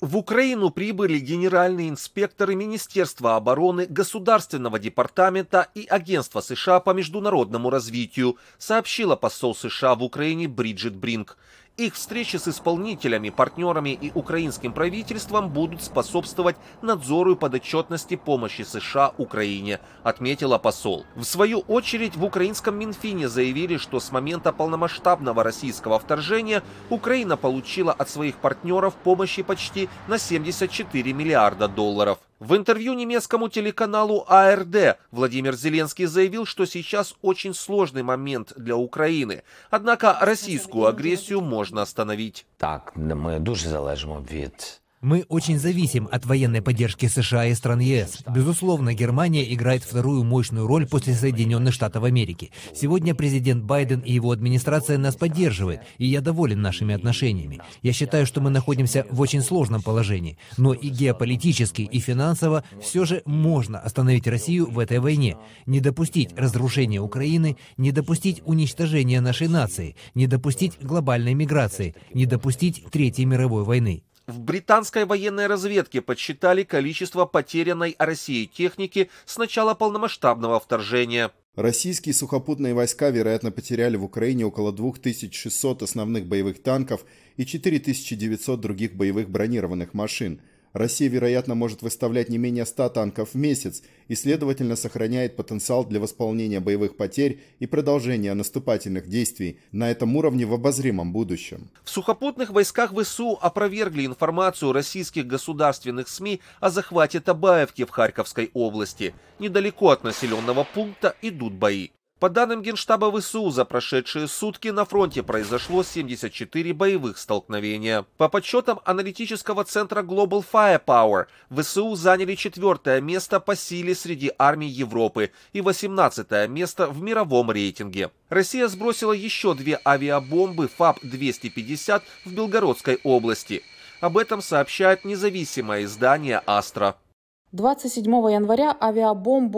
В Украину прибыли генеральные инспекторы Министерства обороны, Государственного департамента и Агентства США по международному развитию, сообщила посол США в Украине Бриджит Бринк. Их встречи с исполнителями, партнерами и украинским правительством будут способствовать надзору и подотчетности помощи США Украине, отметила посол. В свою очередь в украинском Минфине заявили, что с момента полномасштабного российского вторжения Украина получила от своих партнеров помощи почти на 74 миллиарда долларов. В интервью немецкому телеканалу АРД Владимир Зеленский заявил, что сейчас очень сложный момент для Украины. Однако российскую агрессию можно остановить. Так, мы дуже залежимо від... Мы очень зависим от военной поддержки США и стран ЕС. Безусловно, Германия играет вторую мощную роль после Соединенных Штатов Америки. Сегодня президент Байден и его администрация нас поддерживают, и я доволен нашими отношениями. Я считаю, что мы находимся в очень сложном положении, но и геополитически, и финансово все же можно остановить Россию в этой войне, не допустить разрушения Украины, не допустить уничтожения нашей нации, не допустить глобальной миграции, не допустить Третьей мировой войны. В британской военной разведке подсчитали количество потерянной Россией техники с начала полномасштабного вторжения. Российские сухопутные войска, вероятно, потеряли в Украине около 2600 основных боевых танков и 4900 других боевых бронированных машин. Россия, вероятно, может выставлять не менее 100 танков в месяц и, следовательно, сохраняет потенциал для восполнения боевых потерь и продолжения наступательных действий на этом уровне в обозримом будущем. В сухопутных войсках ВСУ опровергли информацию российских государственных СМИ о захвате Табаевки в Харьковской области. Недалеко от населенного пункта идут бои. По данным Генштаба ВСУ, за прошедшие сутки на фронте произошло 74 боевых столкновения. По подсчетам аналитического центра Global Firepower, ВСУ заняли 4-е место по силе среди армий Европы и 18-е место в мировом рейтинге. Россия сбросила еще 2 авиабомбы ФАБ-250 в Белгородской области. Об этом сообщает независимое издание «Астра». 27 января авиабомбу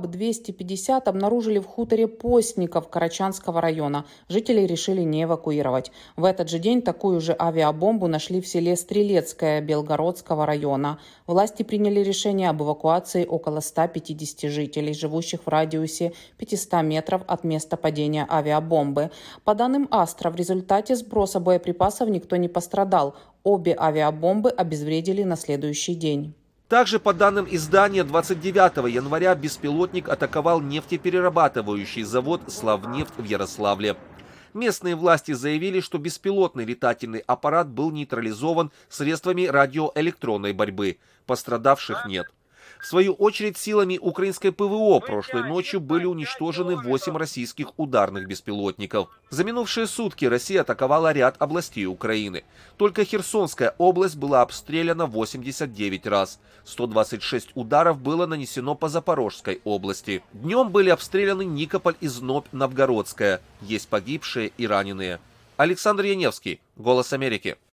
ФАБ-250 обнаружили в хуторе Постников Карачанского района. Жители решили не эвакуировать. В этот же день такую же авиабомбу нашли в селе Стрелецкое Белгородского района. Власти приняли решение об эвакуации около 150 жителей, живущих в радиусе 500 метров от места падения авиабомбы. По данным Астра, в результате сброса боеприпасов никто не пострадал. Обе авиабомбы обезвредили на следующий день. Также, по данным издания, 29 января беспилотник атаковал нефтеперерабатывающий завод «Славнефть» в Ярославле. Местные власти заявили, что беспилотный летательный аппарат был нейтрализован средствами радиоэлектронной борьбы. Пострадавших нет. В свою очередь, силами украинской ПВО прошлой ночью были уничтожены 8 российских ударных беспилотников. За минувшие сутки Россия атаковала ряд областей Украины. Только Херсонская область была обстреляна 89 раз. 126 ударов было нанесено по Запорожской области. Днем были обстреляны Никополь и Знобь Новгородская. Есть погибшие и раненые. Александр Яневский, «Голос Америки».